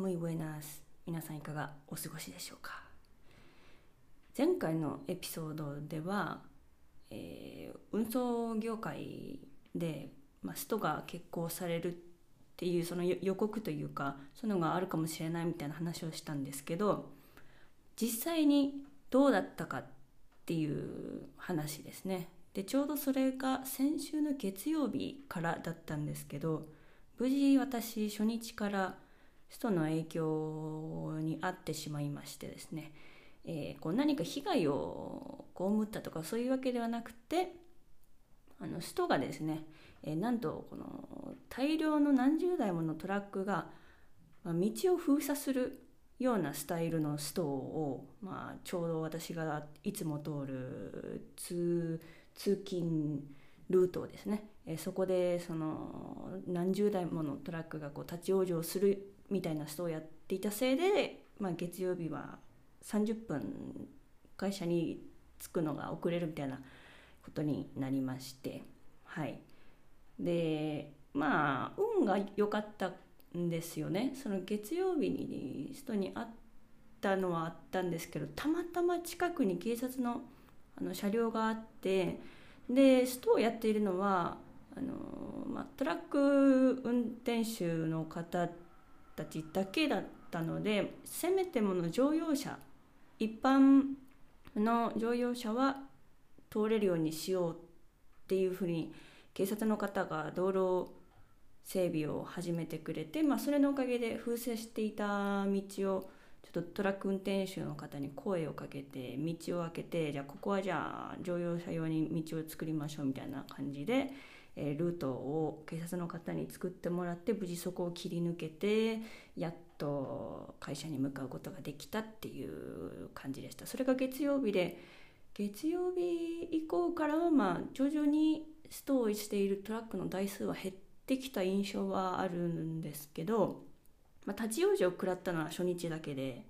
muy buenas。皆さんいかがお過ごしでしょうか。前回のエピソードでは、運送業界で、ストが決行されるっていうその予告というか、そういうのがあるかもしれないみたいな話をしたんですけど、実際にどうだったかっていう話ですね。でちょうどそれが先週の月曜日からだったんですけど、無事私初日からストの影響に遭ってしまいましてですね、何か被害を被ったとかそういうわけではなくて、ストがですね、なんとこの大量の何十台ものトラックが道を封鎖するようなスタイルのストを、ちょうど私がいつも通る通勤ルートをですね、そこでその何十台ものトラックが立ち往生するみたいなストをやっていたせいで、月曜日は30分会社に着くのが遅れるみたいなことになりまして、はい。で運が良かったんですよね。その月曜日にストに会ったのはあったんですけど、たまたま近くに警察の車両があって、でストをやっているのはトラック運転手の方たちだけだったので、せめてもの乗用車、一般の乗用車は通れるようにしようっていうふうに警察の方が道路整備を始めてくれて、それのおかげで封鎖していた道をちょっとトラック運転手の方に声をかけて道を開けて、じゃあここはじゃあ乗用車用に道を作りましょうみたいな感じで、ルートを警察の方に作ってもらって、無事そこを切り抜けてやっと会社に向かうことができたっていう感じでした。それが月曜日で、月曜日以降からは徐々にストをしているトラックの台数は減ってきた印象はあるんですけど、立ち往生を食らったのは初日だけで、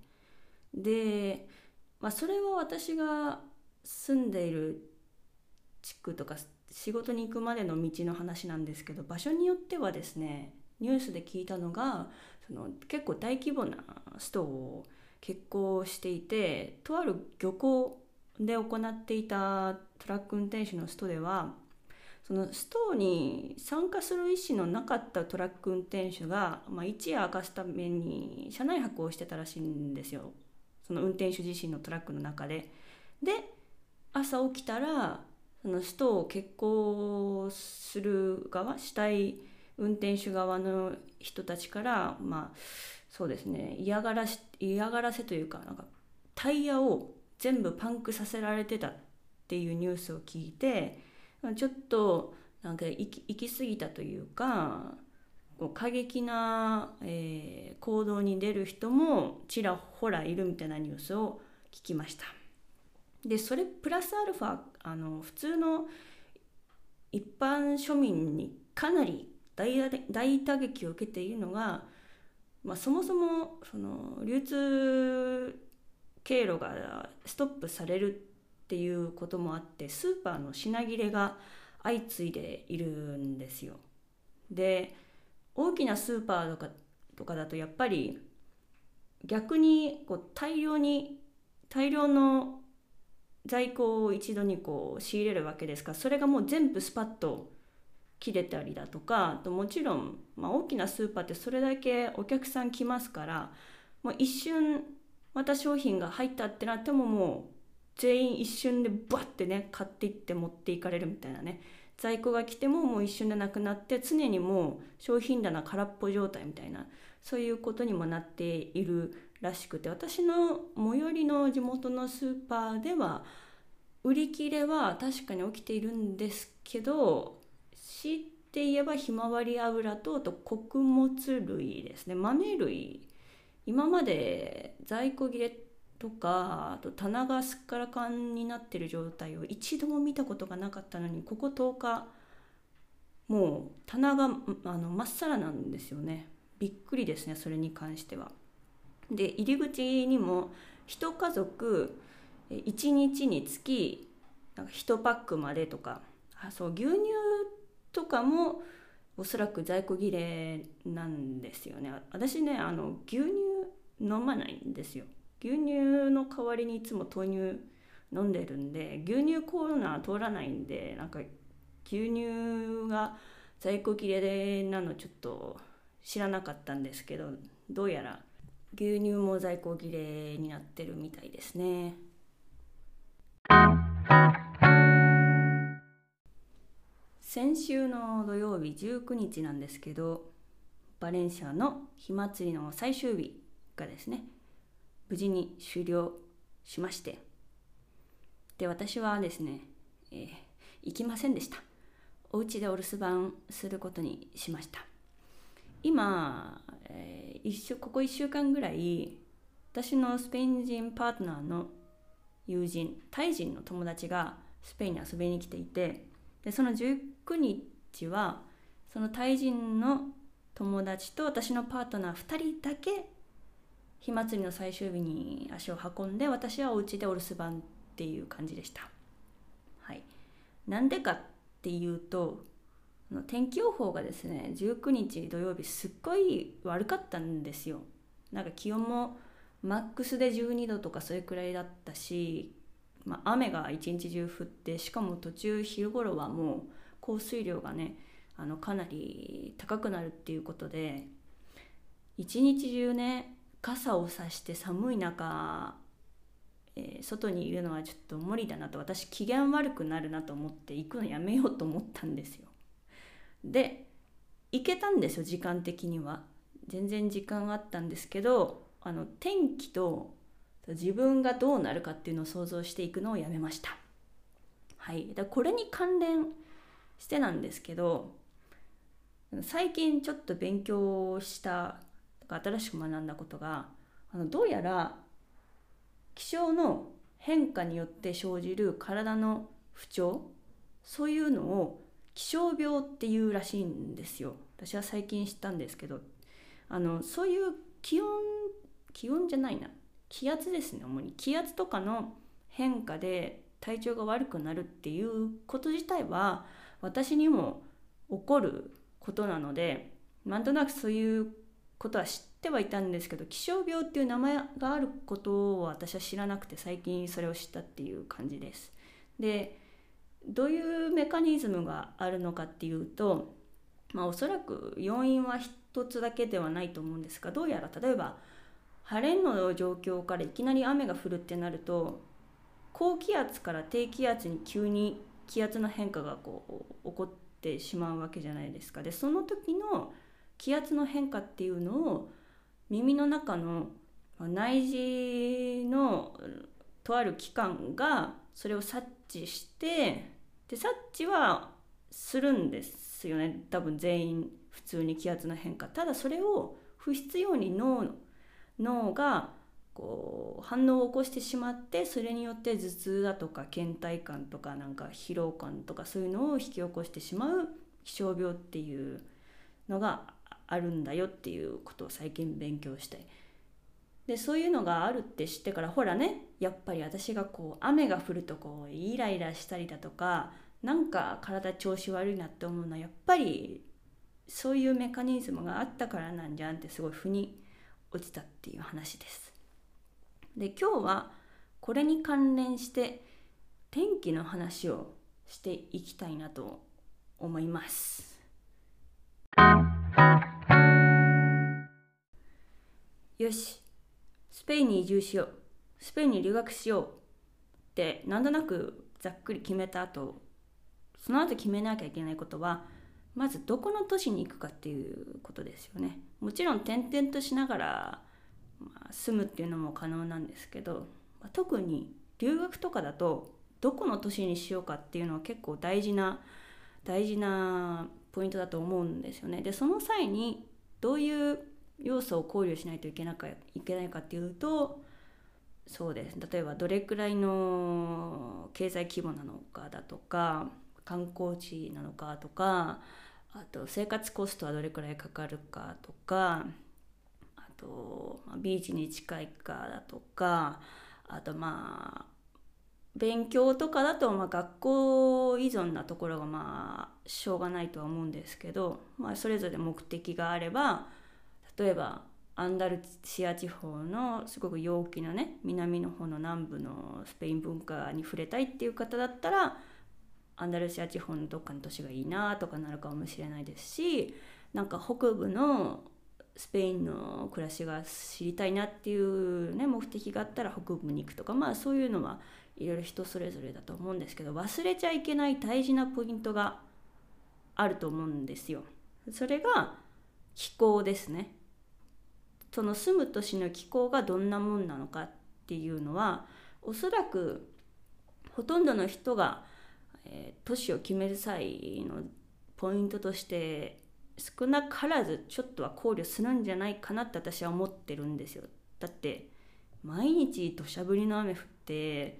それは私が住んでいる地区とか仕事に行くまでの道の話なんですけど、場所によってはですね、ニュースで聞いたのが結構大規模なストを決行していて、とある漁港で行っていたトラック運転手のストでは、そのストに参加する意思のなかったトラック運転手が、一夜明かすために車内泊をしてたらしいんですよ、その運転手自身のトラックの中で。で朝起きたら、そのストを決行する側、主体運転手側の人たちから、そうですね、嫌がらせというか、タイヤを全部パンクさせられてたっていうニュースを聞いて、ちょっと行き過ぎたというか、過激な、行動に出る人もちらほらいるみたいなニュースを聞きました。でそれプラスアルファ、普通の一般庶民にかなり大打撃を受けているのが、そもそもその流通経路がストップされるっていうこともあって、スーパーの品切れが相次いでいるんですよ。で大きなスーパーとかだとやっぱり逆に大量の在庫を一度に仕入れるわけですから、それがもう全部スパッと切れたりだとか、あともちろん、大きなスーパーってそれだけお客さん来ますから、もう一瞬また商品が入ったってなっても、もう全員一瞬でバッてね買っていって持っていかれるみたいなね、在庫が来てももう一瞬でなくなって、常にもう商品棚空っぽ状態みたいな、そういうことにもなっているらしくて、私の最寄りの地元のスーパーでは売り切れは確かに起きているんですけど、強いて言えばひまわり油と、あと穀物類ですね、豆類、今まで在庫切れとか、あと棚がすっからかんになってる状態を一度も見たことがなかったのに、ここ10日もう棚がまっさらなんですよね。びっくりですね、それに関しては。で入り口にも1家族1日につき1パックまでとか、そう牛乳とかもおそらく在庫切れなんですよね。私ね、牛乳飲まないんですよ。牛乳の代わりにいつも豆乳飲んでるんで、牛乳コーナー通らないんで、なんか牛乳が在庫切れなのちょっと知らなかったんですけど、どうやら牛乳も在庫切れになってるみたいですね。先週の土曜日19日なんですけど、バレンシアの火祭りの最終日がですね、無事に終了しまして、で私はですね、行きませんでした。お家でお留守番することにしました。今、ここ1週間ぐらい、私のスペイン人パートナーの友人、タイ人の友達がスペインに遊びに来ていて、でその19日はそのタイ人の友達と私のパートナー2人だけ火祭りの最終日に足を運んで、私はお家でお留守番っていう感じでした。はい、なんでかっていうと、天気予報がですね、19日土曜日すっごい悪かったんですよ。なんか気温もマックスで12度とかそれくらいだったし、雨が一日中降って、しかも途中昼頃はもう降水量がね、かなり高くなるっていうことで、一日中ね傘を差して寒い中、外にいるのはちょっと無理だなと、私機嫌悪くなるなと思って行くのやめようと思ったんですよ。で行けたんですよ、時間的には全然時間あったんですけど、天気と自分がどうなるかっていうのを想像していくのをやめました。はい、これに関連してなんですけど、最近ちょっと勉強した新しく学んだことが、どうやら気象の変化によって生じる体の不調、そういうのを気象病っていうらしいんですよ。私は最近知ったんですけど、そういう気温じゃないな、気圧ですね。主に気圧とかの変化で体調が悪くなるっていうこと自体は私にも起こることなので、なんとなくそういうことは知ってはいたんですけど、気象病っていう名前があることを私は知らなくて、最近それを知ったっていう感じです。でどういうメカニズムがあるのかっていうと、おそらく要因は一つだけではないと思うんですが、どうやら例えば晴れの状況からいきなり雨が降るってなると、高気圧から低気圧に急に気圧の変化が起こってしまうわけじゃないですか。でその時の気圧の変化っていうのを耳の中の内耳のとある器官がそれを察知して、で察知はするんですよね、多分全員普通に気圧の変化。ただそれを不必要に脳が反応を起こしてしまって、それによって頭痛だとか倦怠感とかなんか疲労感とかそういうのを引き起こしてしまう気象病っていうのがあるんだよっていうことを最近勉強して、でそういうのがあるって知ってから、ほらね、やっぱり私が雨が降るとイライラしたりだとか、なんか体調子悪いなって思うのはやっぱりそういうメカニズムがあったからなんじゃんって、すごい腑に落ちたっていう話です。で今日はこれに関連して天気の話をしていきたいなと思います。よし、スペインに移住しよう、スペインに留学しようってなんとなくざっくり決めた後、その後決めなきゃいけないことは、まずどこの都市に行くかっていうことですよね。もちろん転々としながら、住むっていうのも可能なんですけど、特に留学とかだとどこの都市にしようかっていうのは結構大事なポイントだと思うんですよね。でその際にどういう要素を考慮しないといけないかっていうと、そうです、例えばどれくらいの経済規模なのかだとか、観光地なのかとか、あと生活コストはどれくらいかかるかとか、あとビーチに近いかだとか、あと勉強とかだと学校依存なところがしょうがないとは思うんですけど、それぞれ目的があれば、例えばアンダルシア地方のすごく陽気なね南の方の南部のスペイン文化に触れたいっていう方だったらアンダルシア地方のどっかの都市がいいなとかなるかもしれないですし、なんか北部のスペインの暮らしが知りたいなっていうね目的があったら北部に行くとか、そういうのはいろいろ人それぞれだと思うんですけど、忘れちゃいけない大事なポイントがあると思うんですよ。それが気候ですね。その住む都市の気候がどんなもんなのかっていうのは、おそらくほとんどの人が、都市を決める際のポイントとして少なからずちょっとは考慮するんじゃないかなって私は思ってるんですよ。だって毎日土砂降りの雨降って、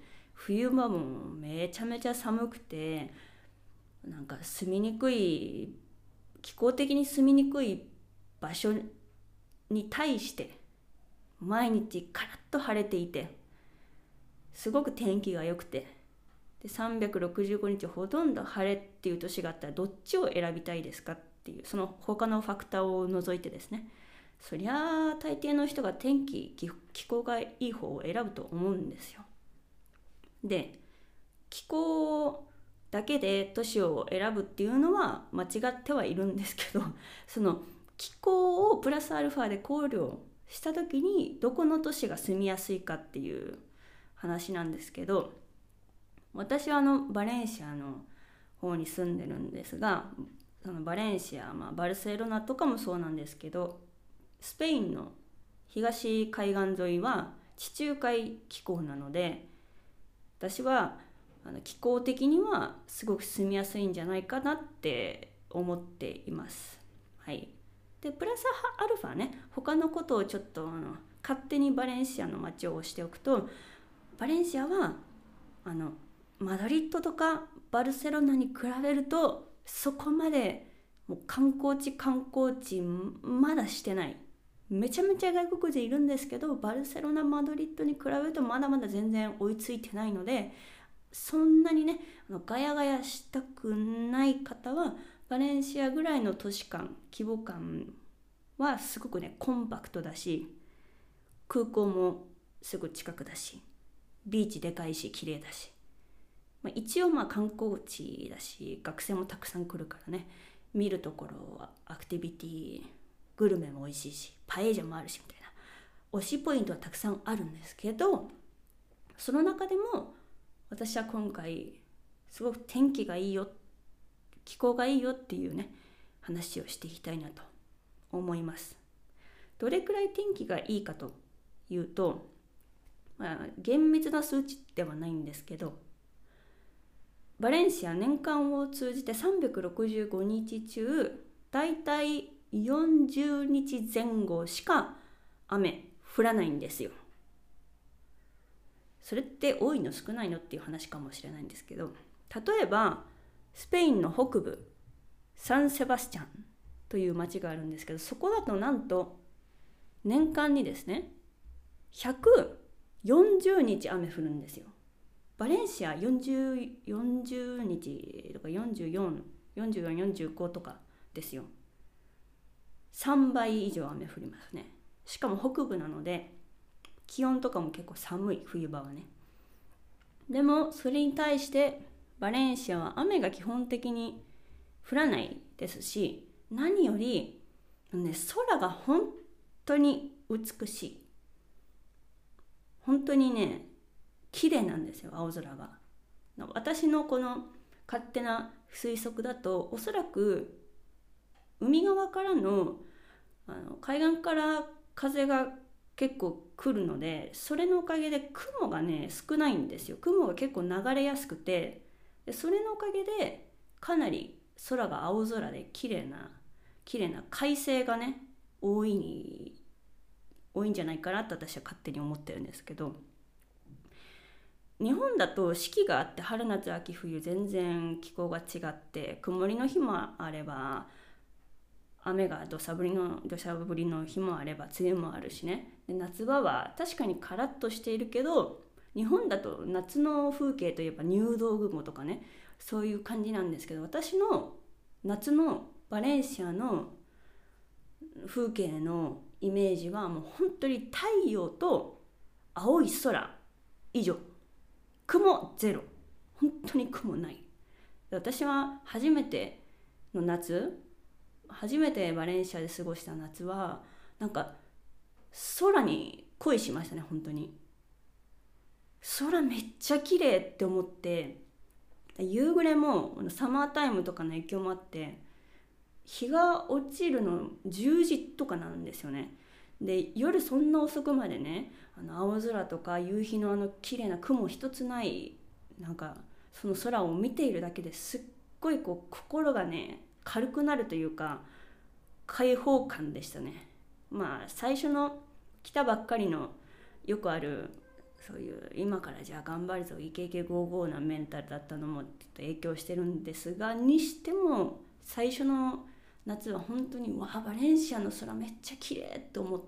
冬場もめちゃめちゃ寒くて、なんか住みにくい、気候的に住みにくい場所に対して毎日カラッと晴れていて、すごく天気が良くて、で365日ほとんど晴れっていう年があったらどっちを選びたいですかっていう、その他のファクターを除いてですね、そりゃあ大抵の人が気候がいい方を選ぶと思うんですよ。で、気候だけで都市を選ぶっていうのは間違ってはいるんですけど、その気候をプラスアルファで考慮した時にどこの都市が住みやすいかっていう話なんですけど、私はバレンシアの方に住んでるんですが、そのバレンシア、バルセロナとかもそうなんですけど、スペインの東海岸沿いは地中海気候なので、私は気候的にはすごく住みやすいんじゃないかなって思っています。はい。でプラスアルファね、他のことをちょっと勝手にバレンシアの街を押しておくと、バレンシアはマドリッドとかバルセロナに比べるとそこまでもう観光地まだしてない。めちゃめちゃ外国人いるんですけど、バルセロナマドリッドに比べるとまだまだ全然追いついてないので、そんなにねガヤガヤしたくない方はバレンシアぐらいの都市感、規模感はすごくねコンパクトだし、空港もすぐ近くだし、ビーチでかいし綺麗だし、一応観光地だし学生もたくさん来るからね、見るところはアクティビティ、グルメも美味しいしパエージャもあるしみたいな推しポイントはたくさんあるんですけど、その中でも私は今回すごく天気がいいよ、気候がいいよっていうね話をしていきたいなと思います。どれくらい天気がいいかというと、厳密な数値ではないんですけど、バレンシア年間を通じて365日中だいたい40日前後しか雨降らないんですよ。それって多いの少ないのっていう話かもしれないんですけど、例えばスペインの北部サンセバスチャンという町があるんですけど、そこだとなんと年間にですね140日雨降るんですよ。バレンシア40日とか44、45とかですよ。3倍以上雨降りますね。しかも北部なので気温とかも結構寒い、冬場はね。でもそれに対してバレンシアは雨が基本的に降らないですし、何より、空が本当に美しい。本当にね綺麗なんですよ、青空が。私のこの勝手な推測だと、おそらく海側からの海岸から風が結構来るので、それのおかげで雲がね少ないんですよ。雲が結構流れやすくて、それのおかげでかなり空が青空で綺麗な快晴がね多いんじゃないかなと私は勝手に思ってるんですけど、日本だと四季があって、春夏秋冬全然気候が違って、曇りの日もあれば雨が土砂降りの日もあれば梅雨もあるしね。で夏場は確かにカラッとしているけど日本だと夏の風景といえば入道雲とかね、そういう感じなんですけど、私の夏のバレンシアの風景のイメージはもう本当に太陽と青い空以上、雲ゼロ、本当に雲ない。私は初めてバレンシアで過ごした夏はなんか空に恋しましたね。本当に空めっちゃ綺麗って思って、夕暮れもサマータイムとかの影響もあって日が落ちるの10時とかなんですよね。で夜そんな遅くまでね、青空とか夕日の綺麗な雲一つない、なんかその空を見ているだけですっごい心がね軽くなるというか開放感でしたね。まあ最初の来たばっかりのよくあるそういう今からじゃあ頑張るぞイケイケゴーゴーなメンタルだったのもちょっと影響してるんですが、にしても最初の夏は本当にバレンシアの空めっちゃ綺麗と思って、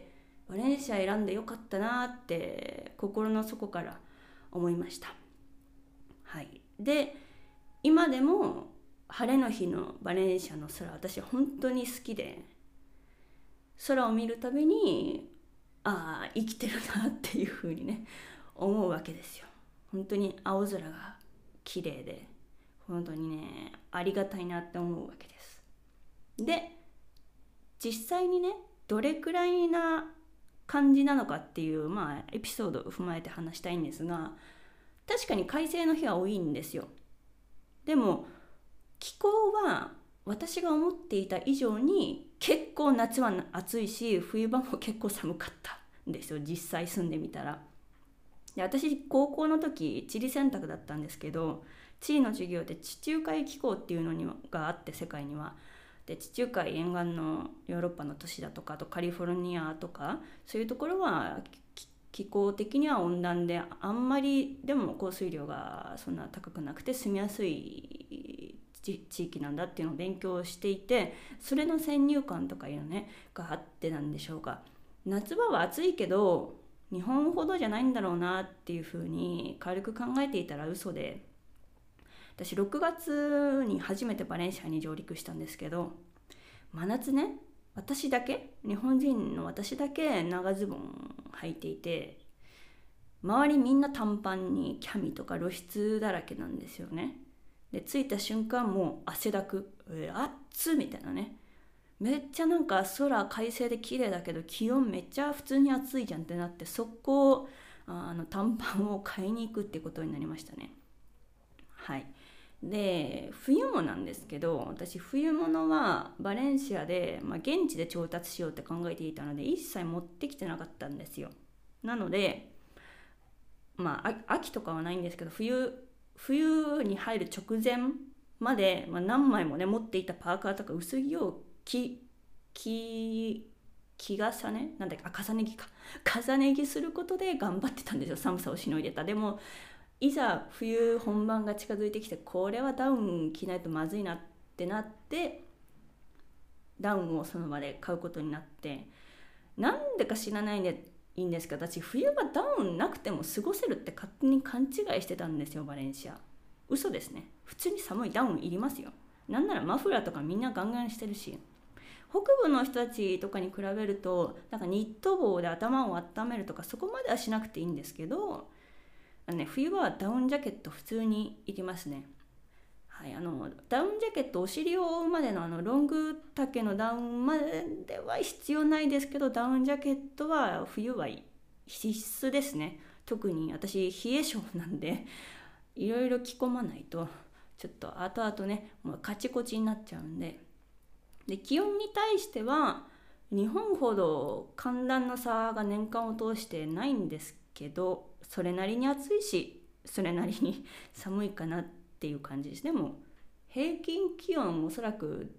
バレンシア選んでよかったなって心の底から思いました。はい。で今でも晴れの日のバレンシアの空、私本当に好きで、空を見るたびに生きてるなっていう風にね思うわけですよ。本当に青空が綺麗で本当にねありがたいなって思うわけです。で実際にねどれくらいな感じなのかっていう、エピソードを踏まえて話したいんですが、確かに快晴の日は多いんですよ。でも気候は私が思っていた以上に結構夏は暑いし冬場も結構寒かったんですよ、実際住んでみたら。で私高校の時地理選択だったんですけど、地理の授業で地中海気候っていうのがあって、世界にはで地中海沿岸のヨーロッパの都市だとか、あとカリフォルニアとかそういうところは気候的には温暖で、あんまりでも降水量がそんな高くなくて住みやすい地域なんだっていうのを勉強していて、それの先入観とかいうのねがあってなんでしょうか。夏場は暑いけど日本ほどじゃないんだろうなっていうふうに軽く考えていたら嘘で、私6月に初めてバレンシアに上陸したんですけど、真夏ね、日本人の私だけ長ズボン履いていて、周りみんな短パンにキャミとか露出だらけなんですよね。で着いた瞬間もう汗だく、暑っみたいなね、めっちゃなんか空快晴で綺麗だけど気温めっちゃ普通に暑いじゃんってなって、速攻短パンを買いに行くってことになりましたね。はい。で冬もなんですけど、私冬物はバレンシアで、現地で調達しようって考えていたので一切持ってきてなかったんですよ。なので秋とかはないんですけど、冬に入る直前まで、何枚もね持っていたパーカーとか薄着を着重ねなんだっけ、重ね着か重ね着することで頑張ってたんですよ、寒さをしのいでた。でもいざ冬本番が近づいてきて、これはダウン着ないとまずいなってなってダウンをその場で買うことになって、なんでか知らないんでいいんですけど、私冬はダウンなくても過ごせるって勝手に勘違いしてたんですよ、バレンシア。嘘ですね。普通に寒い、ダウンいりますよ。なんならマフラーとかみんなガンガンしてるし、北部の人たちとかに比べるとなんかニット帽で頭を温めるとかそこまではしなくていいんですけど、冬はダウンジャケット普通にいりますね。はい、ダウンジャケット、お尻を覆うまでのロング丈のダウンまでは必要ないですけど、ダウンジャケットは冬は必須ですね。特に私冷え性なんでいろいろ着込まないとちょっと後々ねもうカチコチになっちゃうんで。で気温に対しては日本ほど寒暖の差が年間を通してないんですけど、それなりに暑いしそれなりに寒いかなっていう感じです。でも平均気温おそらく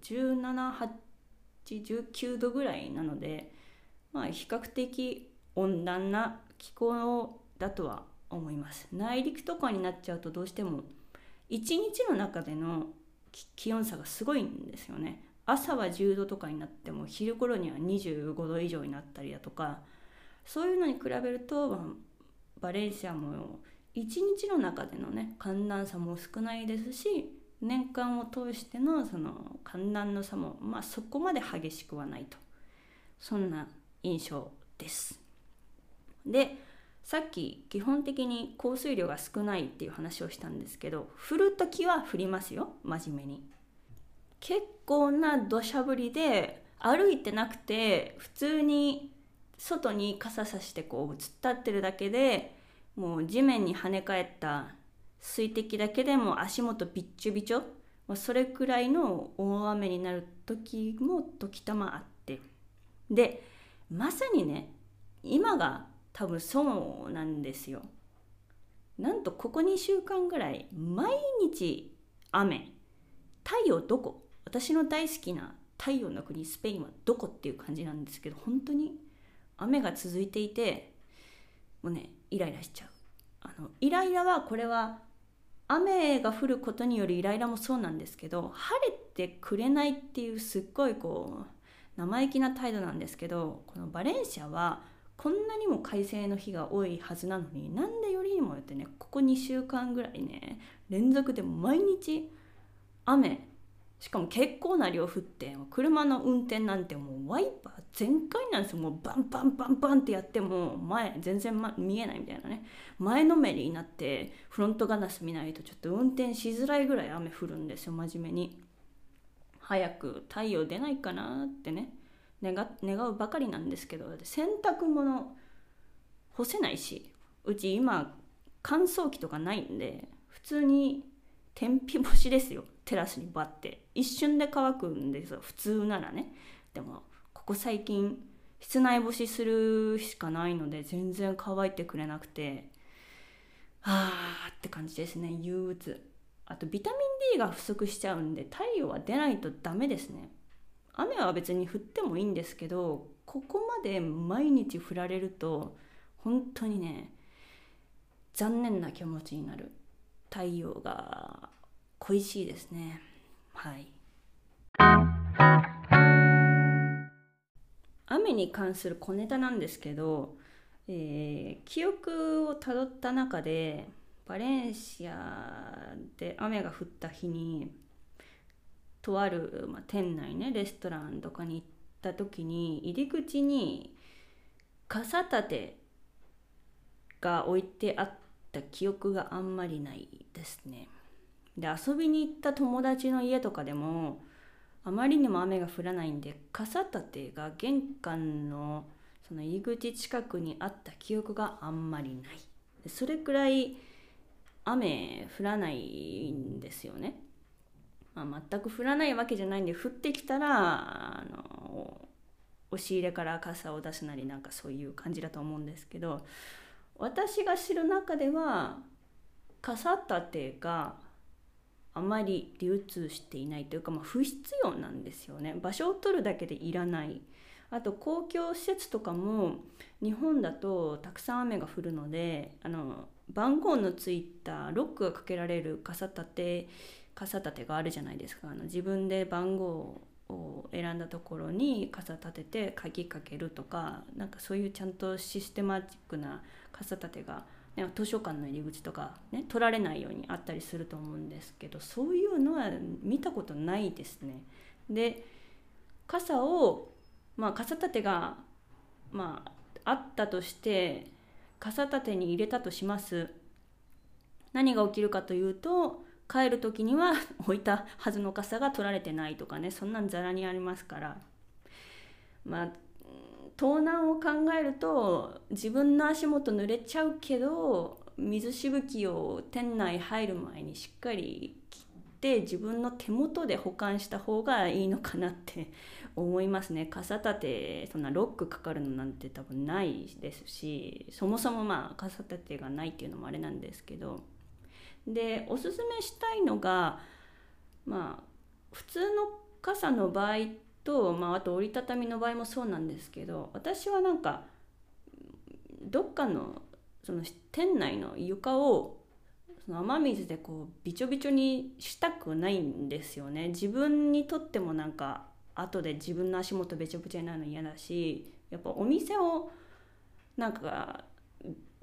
17、8、19度ぐらいなので、比較的温暖な気候だとは思います。内陸とかになっちゃうとどうしても一日の中での気温差がすごいんですよね。朝は10度とかになっても昼頃には25度以上になったりだとか、そういうのに比べるとバレンシアも一日の中でのね寒暖差も少ないですし、年間を通してのその寒暖の差もそこまで激しくはないと、そんな印象です。で、さっき基本的に降水量が少ないっていう話をしたんですけど、降るときは降りますよ、真面目に。結構な土砂降りで、歩いてなくて普通に外に傘さしてこう突っ立ってるだけで、もう地面に跳ね返った水滴だけでも足元びっちょびちょ、それくらいの大雨になる時も時たまあって、でまさにね、今が多分そうなんですよ。なんとここ2週間ぐらい毎日雨。太陽どこ、私の大好きな太陽の国スペインはどこっていう感じなんですけど、本当に雨が続いていて、もうねイライラしちゃう。イライラはこれは雨が降ることによるイライラもそうなんですけど、晴れてくれないっていうすっごいこう生意気な態度なんですけど、このバレンシアはこんなにも快晴の日が多いはずなのに、なんでよりにもよってね、ここ2週間ぐらいね連続で毎日雨、しかも結構な量降って、車の運転なんてもうワイパー全開なんですよ。もうバンバンバンバンってやっても前全然、見えないみたいなね、前のめりになってフロントガラス見ないとちょっと運転しづらいぐらい雨降るんですよ。真面目に早く太陽出ないかなってね願うばかりなんですけど、洗濯物干せないし、うち今乾燥機とかないんで普通に天日干しですよ。テラスにバッて一瞬で乾くんですよ、普通ならね。でもここ最近室内干しするしかないので全然乾いてくれなくて、って感じですね。憂鬱。あとビタミン D が不足しちゃうんで、太陽は出ないとダメですね。雨は別に降ってもいいんですけど、ここまで毎日降られると本当にね残念な気持ちになる。太陽が恋しいですね。はい。雨に関する小ネタなんですけど、記憶をたどった中でバレンシアで雨が降った日にとある、店内ねレストランとかに行った時に、入り口に傘立てが置いてあった記憶があんまりないですね。で、遊びに行った友達の家とかでもあまりにも雨が降らないんで、傘立てが玄関のその入り口近くにあった記憶があんまりない。それくらい雨降らないんですよね。全く降らないわけじゃないんで、降ってきたら押し入れから傘を出すなりなんかそういう感じだと思うんですけど、私が知る中では傘立てがあまり流通していないというか、不必要なんですよね。場所を取るだけでいらない。あと公共施設とかも日本だとたくさん雨が降るので、番号のついたロックがかけられる傘立てがあるじゃないですか。自分で番号を選んだところに傘立てて鍵かけるとか、なんかそういうちゃんとシステマチックな傘立てが、図書館の入り口とかね取られないようにあったりすると思うんですけど、そういうのは見たことないですね。で、傘を傘立てがあったとして、傘立てに入れたとします。何が起きるかというと、帰る時には置いたはずの傘が取られてないとかね、そんなんざらにありますから、盗難を考えると自分の足元濡れちゃうけど、水しぶきを店内入る前にしっかり切って自分の手元で保管した方がいいのかなって思いますね。傘立てそんなロックかかるのなんて多分ないですし、そもそも傘立てがないっていうのもあれなんですけど、でおすすめしたいのが、普通の傘の場合と、あと折りたたみの場合もそうなんですけど、私はなんかどっかのその店内の床をその雨水でこうびちょびちょにしたくないんですよね。自分にとってもなんか後で自分の足元べちょべちょになるの嫌だし、やっぱお店をなんか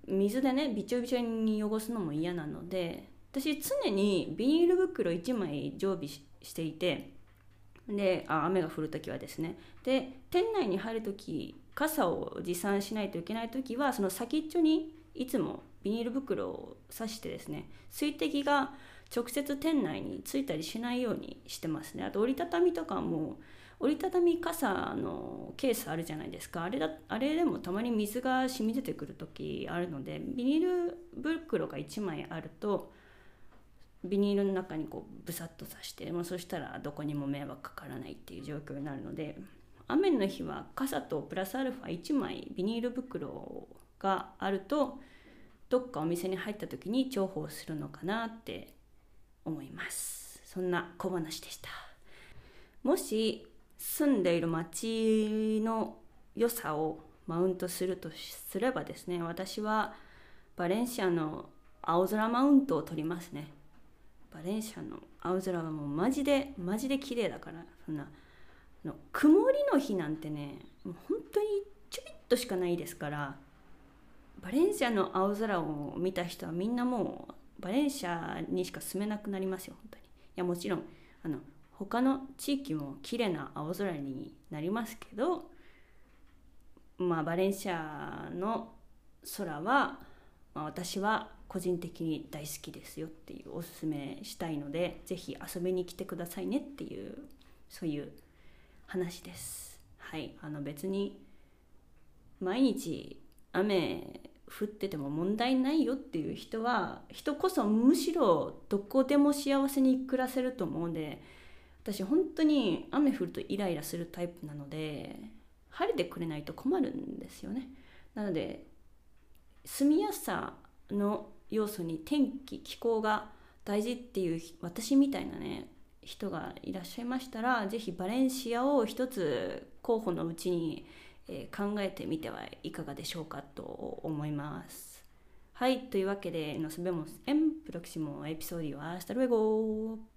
水でねびちょびちょに汚すのも嫌なので、私常にビニール袋1枚常備していて、で雨が降るときはですね、で店内に入るとき傘を持参しないといけないときは、その先っちょにいつもビニール袋を刺してですね、水滴が直接店内についたりしないようにしてますね。あと折りたたみとかも、折りたたみ傘のケースあるじゃないですか。あれでもたまに水が染み出てくる時あるので、ビニール袋が1枚あるとビニールの中にこうブサッと刺して、そしたらどこにも迷惑かからないっていう状況になるので、雨の日は傘とプラスアルファ1枚ビニール袋があると、どっかお店に入った時に重宝するのかなって思います。そんな小話でした。もし住んでいる街の良さをマウントするとすればですね、私はバレンシアの青空マウントを取りますね。バレンシアの青空はもうマジで綺麗だから、そんな曇りの日なんてね、もう本当にちょびっとしかないですから、バレンシアの青空を見た人はみんなもうバレンシアにしか住めなくなりますよ、本当に。いやもちろん他の地域も綺麗な青空になりますけど、バレンシアの空は、私は個人的に大好きですよっていうおすすめしたいので、ぜひ遊びに来てくださいねっていう、そういう話です。はい、別に毎日雨降ってても問題ないよっていう人こそむしろどこでも幸せに暮らせると思うんで、私本当に雨降るとイライラするタイプなので、晴れてくれないと困るんですよね。なので住みやすさの要素に天気気候が大事っていう私みたいなね人がいらっしゃいましたら、ぜひバレンシアを一つ候補のうちに考えてみてはいかがでしょうかと思います。はい、というわけでnos vemos en próximo episodio. Hasta luego.